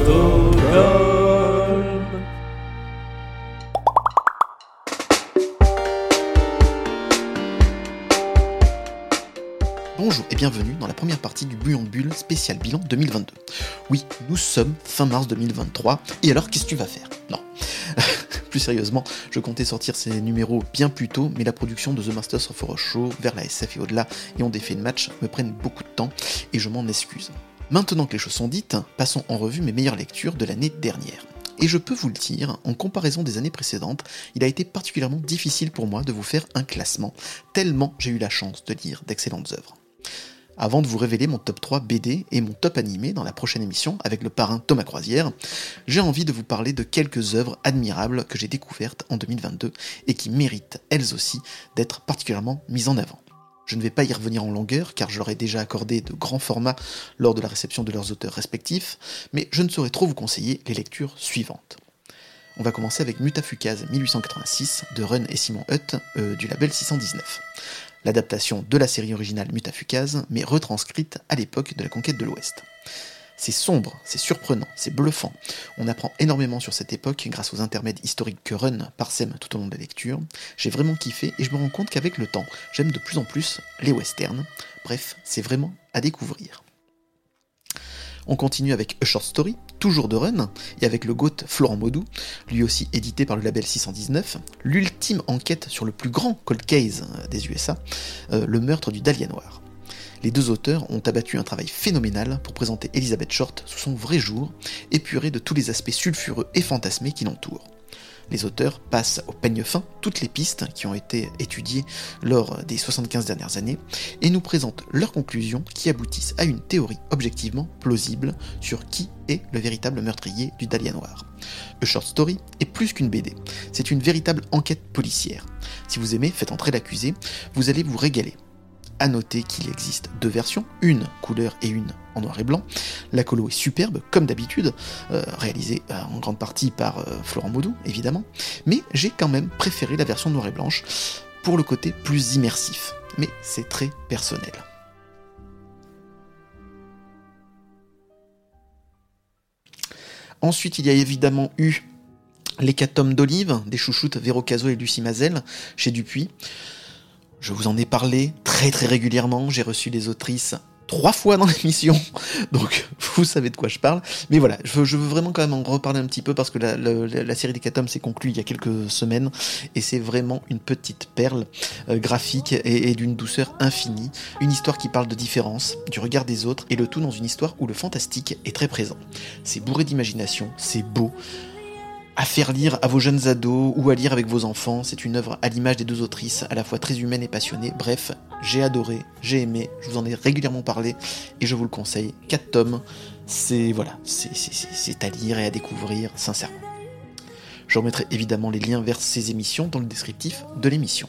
Bonjour et bienvenue dans la première partie du Bouillon de Bulle spécial bilan 2022. Oui, nous sommes fin mars 2023, et alors qu'est-ce que tu vas faire ? Non. Plus sérieusement, je comptais sortir ces numéros bien plus tôt, mais la production de The Masters of Horror Show, vers la SF et au-delà, et ont des faits de match, me prennent beaucoup de temps, et je m'en excuse. Maintenant que les choses sont dites, passons en revue mes meilleures lectures de l'année dernière. Et je peux vous le dire, en comparaison des années précédentes, il a été particulièrement difficile pour moi de vous faire un classement, tellement j'ai eu la chance de lire d'excellentes œuvres. Avant de vous révéler mon top 3 BD et mon top animé dans la prochaine émission avec le parrain Thomas Croisière, j'ai envie de vous parler de quelques œuvres admirables que j'ai découvertes en 2022 et qui méritent, elles aussi, d'être particulièrement mises en avant. Je ne vais pas y revenir en longueur car je leur ai déjà accordé de grands formats lors de la réception de leurs auteurs respectifs, mais je ne saurais trop vous conseiller les lectures suivantes. On va commencer avec Mutafukaz 1886 de Run et Simon Hutt du label 619. L'adaptation de la série originale Mutafukaz, mais retranscrite à l'époque de la conquête de l'Ouest. C'est sombre, c'est surprenant, c'est bluffant. On apprend énormément sur cette époque grâce aux intermèdes historiques que Run parsème tout au long de la lecture. J'ai vraiment kiffé et je me rends compte qu'avec le temps, j'aime de plus en plus les westerns. Bref, c'est vraiment à découvrir. On continue avec A Short Story, toujours de Run, et avec le GOAT Florent Maudou, lui aussi édité par le label 619, l'ultime enquête sur le plus grand cold case des USA, le meurtre du Dahlia Noir. Les deux auteurs ont abattu un travail phénoménal pour présenter Elizabeth Short sous son vrai jour, épurée de tous les aspects sulfureux et fantasmés qui l'entourent. Les auteurs passent au peigne fin toutes les pistes qui ont été étudiées lors des 75 dernières années et nous présentent leurs conclusions qui aboutissent à une théorie objectivement plausible sur qui est le véritable meurtrier du Dahlia Noir. A Short Story est plus qu'une BD, c'est une véritable enquête policière. Si vous aimez, faites entrer l'accusé, vous allez vous régaler. À noter qu'il existe deux versions, une couleur et une en noir et blanc. La colo est superbe, comme d'habitude, réalisée en grande partie par Florent Maudou, évidemment, mais j'ai quand même préféré la version noir et blanche pour le côté plus immersif, mais c'est très personnel. Ensuite, il y a évidemment eu l'hécatombe d'Olive, des chouchoutes Véro Cazot et Lucie Mazel, chez Dupuis. Je vous en ai parlé très régulièrement, j'ai reçu les autrices 3 fois dans l'émission, donc vous savez de quoi je parle. Mais voilà, je veux vraiment quand même en reparler un petit peu parce que la série d'hécatombe s'est conclue il y a quelques semaines et c'est vraiment une petite perle graphique et d'une douceur infinie. Une histoire qui parle de différence, du regard des autres et le tout dans une histoire où le fantastique est très présent. C'est bourré d'imagination, c'est beau. À faire lire à vos jeunes ados ou à lire avec vos enfants, c'est une œuvre à l'image des deux autrices, à la fois très humaine et passionnée. Bref, j'ai adoré, j'ai aimé, je vous en ai régulièrement parlé et je vous le conseille. 4 tomes, c'est à lire et à découvrir, sincèrement. Je remettrai évidemment les liens vers ces émissions dans le descriptif de l'émission.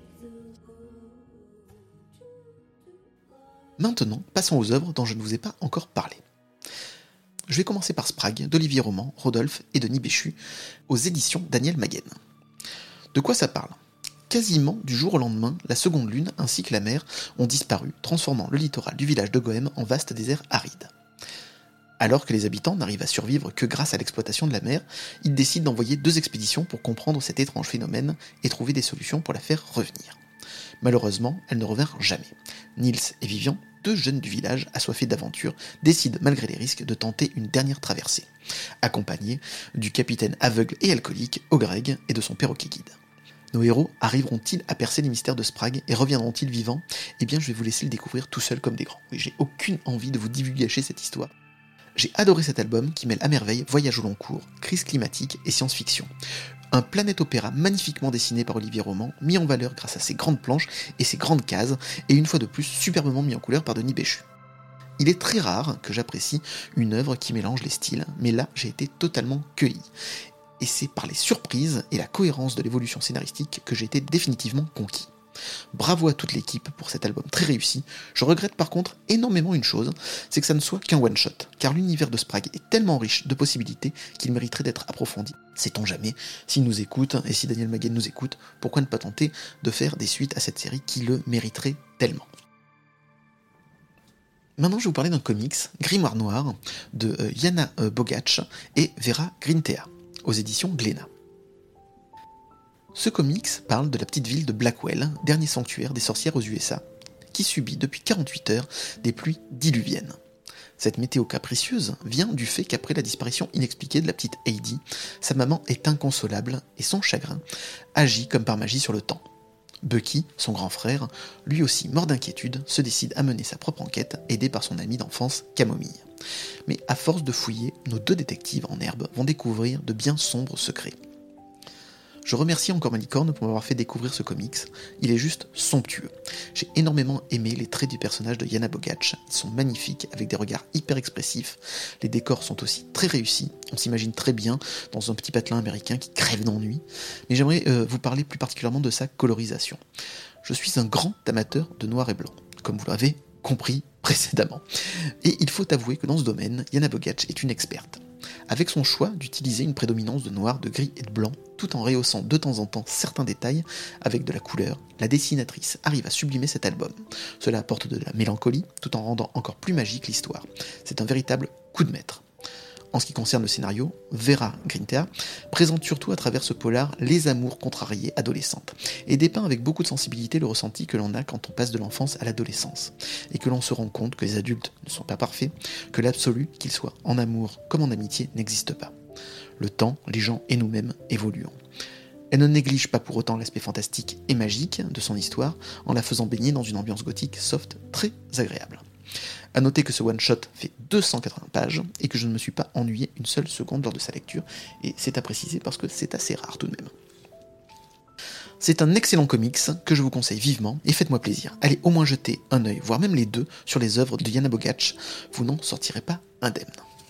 Maintenant, passons aux œuvres dont je ne vous ai pas encore parlé. Je vais commencer par Sprague, d'Olivier Roman, Rodolphe et Denis Béchu, aux éditions Daniel Maguen. De quoi ça parle ? Quasiment du jour au lendemain, la seconde lune ainsi que la mer ont disparu, transformant le littoral du village de Goëm en vaste désert aride. Alors que les habitants n'arrivent à survivre que grâce à l'exploitation de la mer, ils décident d'envoyer 2 expéditions pour comprendre cet étrange phénomène et trouver des solutions pour la faire revenir. Malheureusement, elles ne revinrent jamais. Nils et Vivian, 2 jeunes du village assoiffés d'aventure, décident malgré les risques de tenter une dernière traversée, accompagnés du capitaine aveugle et alcoolique Ogreg et de son perroquet guide. Nos héros arriveront-ils à percer les mystères de Sprague et reviendront-ils vivants ? Eh bien, je vais vous laisser le découvrir tout seul comme des grands. Oui, j'ai aucune envie de vous divulgacher cette histoire. J'ai adoré cet album qui mêle à merveille voyage au long cours, crise climatique et science-fiction. Un planète opéra magnifiquement dessiné par Olivier Roman, mis en valeur grâce à ses grandes planches et ses grandes cases, et une fois de plus superbement mis en couleur par Denis Béchu. Il est très rare que j'apprécie une œuvre qui mélange les styles, mais là j'ai été totalement cueilli. Et c'est par les surprises et la cohérence de l'évolution scénaristique que j'ai été définitivement conquis. Bravo à toute l'équipe pour cet album très réussi. Je regrette par contre énormément une chose, c'est que ça ne soit qu'un one-shot, car l'univers de Sprague est tellement riche de possibilités qu'il mériterait d'être approfondi. Sait-on jamais, s'il nous écoute, et si Daniel Maguen nous écoute, pourquoi ne pas tenter de faire des suites à cette série qui le mériterait tellement. Maintenant, je vais vous parler d'un comics, Grimoire Noir, de Jana Bogac et Vera Grintea, aux éditions Glénat. Ce comics parle de la petite ville de Blackwell, dernier sanctuaire des sorcières aux USA, qui subit depuis 48 heures des pluies diluviennes. Cette météo capricieuse vient du fait qu'après la disparition inexpliquée de la petite Heidi, sa maman est inconsolable et son chagrin agit comme par magie sur le temps. Bucky, son grand frère, lui aussi mort d'inquiétude, se décide à mener sa propre enquête, aidé par son ami d'enfance Camomille. Mais à force de fouiller, nos deux détectives en herbe vont découvrir de bien sombres secrets. Je remercie encore Malicorne pour m'avoir fait découvrir ce comics, il est juste somptueux. J'ai énormément aimé les traits du personnage de Jana Bogac, ils sont magnifiques avec des regards hyper expressifs, les décors sont aussi très réussis, on s'imagine très bien dans un petit patelin américain qui crève d'ennui, mais j'aimerais vous parler plus particulièrement de sa colorisation. Je suis un grand amateur de noir et blanc, comme vous l'avez compris précédemment, et il faut avouer que dans ce domaine, Jana Bogac est une experte. Avec son choix d'utiliser une prédominance de noir, de gris et de blanc, tout en rehaussant de temps en temps certains détails avec de la couleur, la dessinatrice arrive à sublimer cet album. Cela apporte de la mélancolie, tout en rendant encore plus magique l'histoire. C'est un véritable coup de maître. En ce qui concerne le scénario, Vera Grintea présente surtout à travers ce polar les amours contrariés adolescentes, et dépeint avec beaucoup de sensibilité le ressenti que l'on a quand on passe de l'enfance à l'adolescence, et que l'on se rend compte que les adultes ne sont pas parfaits, que l'absolu, qu'il soit en amour comme en amitié, n'existe pas. Le temps, les gens et nous-mêmes évoluons. Elle ne néglige pas pour autant l'aspect fantastique et magique de son histoire, en la faisant baigner dans une ambiance gothique soft très agréable. A noter que ce one-shot fait 280 pages et que je ne me suis pas ennuyé une seule seconde lors de sa lecture, et c'est à préciser parce que c'est assez rare tout de même. C'est un excellent comics que je vous conseille vivement, et faites-moi plaisir, allez au moins jeter un œil, voire même les deux, sur les œuvres de Jana Bogac, vous n'en sortirez pas indemne.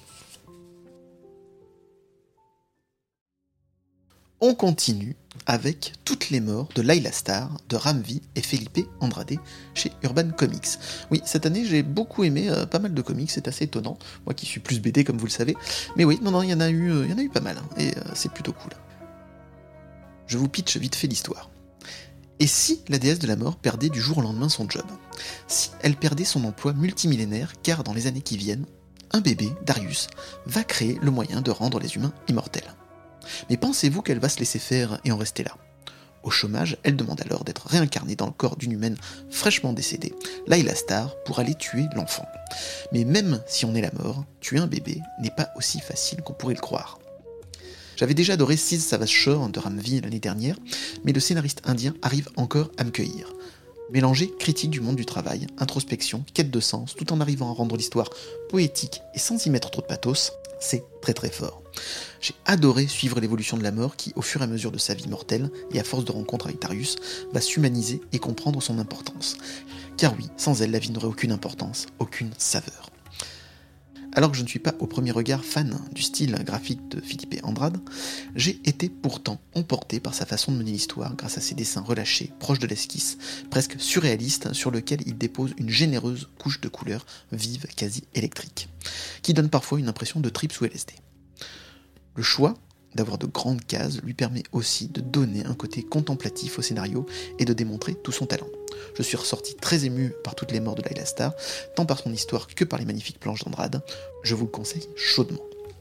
On continue avec Toutes les morts de Layla Starr, de Ramvi et Felipe Andrade chez Urban Comics. Oui, cette année j'ai beaucoup aimé pas mal de comics, c'est assez étonnant, moi qui suis plus BD comme vous le savez, mais oui, non, il y en a eu pas mal, et c'est plutôt cool. Je vous pitch vite fait l'histoire. Et si la déesse de la mort perdait du jour au lendemain son job ? Si elle perdait son emploi multimillénaire, car dans les années qui viennent, un bébé, Darius, va créer le moyen de rendre les humains immortels. Mais pensez-vous qu'elle va se laisser faire et en rester là ? Au chômage, elle demande alors d'être réincarnée dans le corps d'une humaine fraîchement décédée, Layla Starr, pour aller tuer l'enfant. Mais même si on est la mort, tuer un bébé n'est pas aussi facile qu'on pourrait le croire. J'avais déjà adoré Sid Savage Shore de Ramvi l'année dernière, mais le scénariste indien arrive encore à me cueillir. Mélanger critique du monde du travail, introspection, quête de sens, tout en arrivant à rendre l'histoire poétique et sans y mettre trop de pathos, c'est très très fort. J'ai adoré suivre l'évolution de la mort qui, au fur et à mesure de sa vie mortelle, et à force de rencontres avec Darius, va s'humaniser et comprendre son importance. Car oui, sans elle, la vie n'aurait aucune importance, aucune saveur. Alors que je ne suis pas au premier regard fan du style graphique de Felipe Andrade, j'ai été pourtant emporté par sa façon de mener l'histoire grâce à ses dessins relâchés, proches de l'esquisse, presque surréalistes, sur lequel il dépose une généreuse couche de couleurs vives, quasi électriques, qui donne parfois une impression de trip sous LSD. Le choix d'avoir de grandes cases lui permet aussi de donner un côté contemplatif au scénario et de démontrer tout son talent. Je suis ressorti très ému par Toutes les morts de Layla Starr, tant par son histoire que par les magnifiques planches d'Andrade. Je vous le conseille chaudement.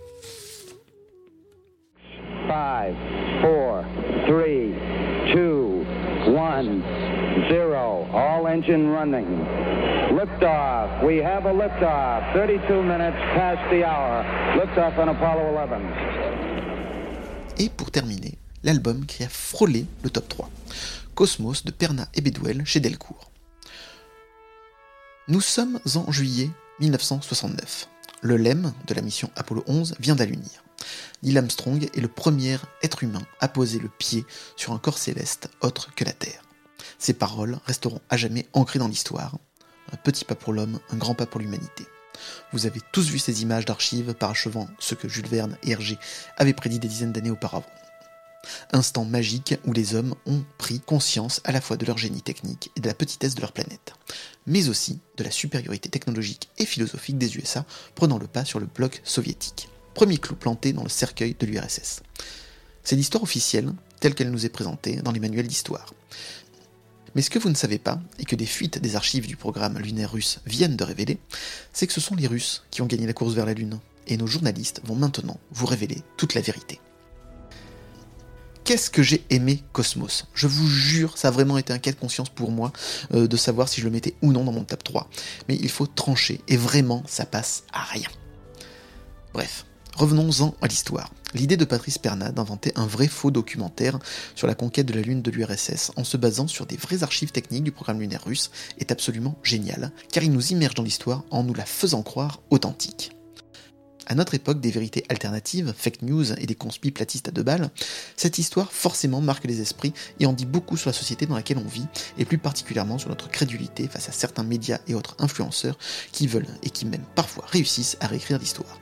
5, 4, 3, 2, 1, 0. All engine running. Liftoff. We have a liftoff. 32 minutes past the hour. Liftoff on Apollo 11. Et pour terminer, l'album qui a frôlé le top 3. Cosmos de Perna et Bedwell chez Delcourt. Nous sommes en juillet 1969. Le LEM de la mission Apollo 11 vient d'allunir. Neil Armstrong est le premier être humain à poser le pied sur un corps céleste autre que la Terre. Ces paroles resteront à jamais ancrées dans l'histoire. Un petit pas pour l'homme, un grand pas pour l'humanité. Vous avez tous vu ces images d'archives parachevant ce que Jules Verne et Hergé avaient prédit des dizaines d'années auparavant. Instant magique où les hommes ont pris conscience à la fois de leur génie technique et de la petitesse de leur planète, mais aussi de la supériorité technologique et philosophique des USA prenant le pas sur le bloc soviétique. Premier clou planté dans le cercueil de l'URSS. C'est l'histoire officielle, telle qu'elle nous est présentée dans les manuels d'histoire. Mais ce que vous ne savez pas, et que des fuites des archives du programme lunaire russe viennent de révéler, c'est que ce sont les Russes qui ont gagné la course vers la Lune, et nos journalistes vont maintenant vous révéler toute la vérité. Qu'est-ce que j'ai aimé Cosmos ? Je vous jure, ça a vraiment été un cas de conscience pour moi de savoir si je le mettais ou non dans mon top 3. Mais il faut trancher, et vraiment, ça passe à rien. Bref, revenons-en à l'histoire. L'idée de Patrice Perna d'inventer un vrai faux documentaire sur la conquête de la Lune de l'URSS en se basant sur des vraies archives techniques du programme lunaire russe est absolument génial, car il nous immerge dans l'histoire en nous la faisant croire authentique. À notre époque des vérités alternatives, fake news et des conspis platistes à 2 balles, cette histoire forcément marque les esprits et en dit beaucoup sur la société dans laquelle on vit, et plus particulièrement sur notre crédulité face à certains médias et autres influenceurs qui veulent et qui même parfois réussissent à réécrire l'histoire.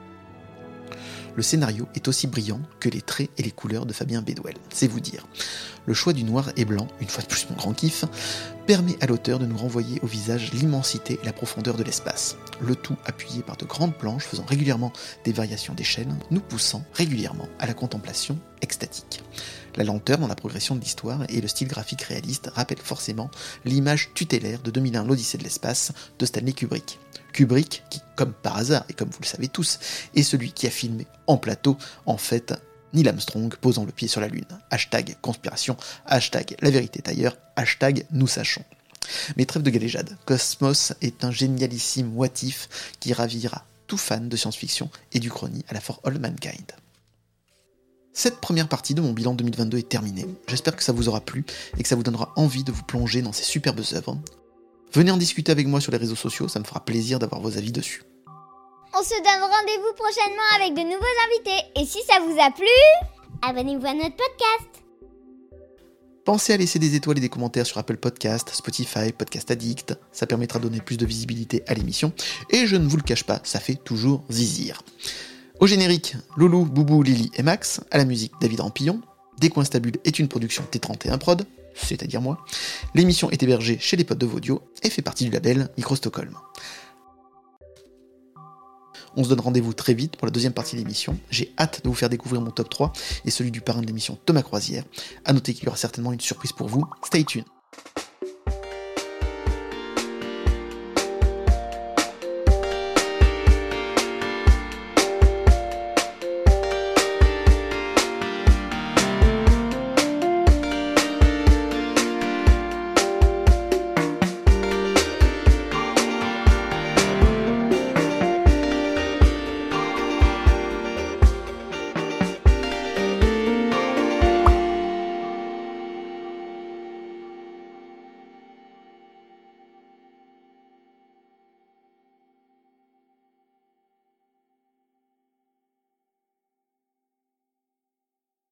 Le scénario est aussi brillant que les traits et les couleurs de Fabien Bedwell, c'est vous dire. Le choix du noir et blanc, une fois de plus mon grand kiff, permet à l'auteur de nous renvoyer au visage l'immensité et la profondeur de l'espace, le tout appuyé par de grandes planches faisant régulièrement des variations d'échelle, nous poussant régulièrement à la contemplation extatique. La lenteur dans la progression de l'histoire et le style graphique réaliste rappellent forcément l'image tutélaire de 2001 l'Odyssée de l'espace de Stanley Kubrick. Kubrick, qui, comme par hasard, et comme vous le savez tous, est celui qui a filmé en plateau, en fait, Neil Armstrong posant le pied sur la Lune. Hashtag conspiration, hashtag la vérité est ailleurs, hashtag nous sachons. Mais trêve de galéjade, Cosmos est un génialissime what if qui ravira tout fan de science-fiction et d'Uchronie à la For All Mankind. Cette première partie de mon bilan 2022 est terminée. J'espère que ça vous aura plu et que ça vous donnera envie de vous plonger dans ces superbes œuvres. Venez en discuter avec moi sur les réseaux sociaux, ça me fera plaisir d'avoir vos avis dessus. On se donne rendez-vous prochainement avec de nouveaux invités. Et si ça vous a plu, abonnez-vous à notre podcast. Pensez à laisser des étoiles et des commentaires sur Apple Podcast, Spotify, Podcast Addict, ça permettra de donner plus de visibilité à l'émission, et je ne vous le cache pas, ça fait toujours zizir. Au générique, Loulou, Boubou, Lily et Max, à la musique David Rampillon, Décoinstabule est une production T31 Prod, c'est-à-dire moi. L'émission est hébergée chez les potes de Vaudio et fait partie du label Micro Stockholm. On se donne rendez-vous très vite pour la deuxième partie de l'émission. J'ai hâte de vous faire découvrir mon top 3 et celui du parrain de l'émission Thomas Croisière. À noter qu'il y aura certainement une surprise pour vous. Stay tuned.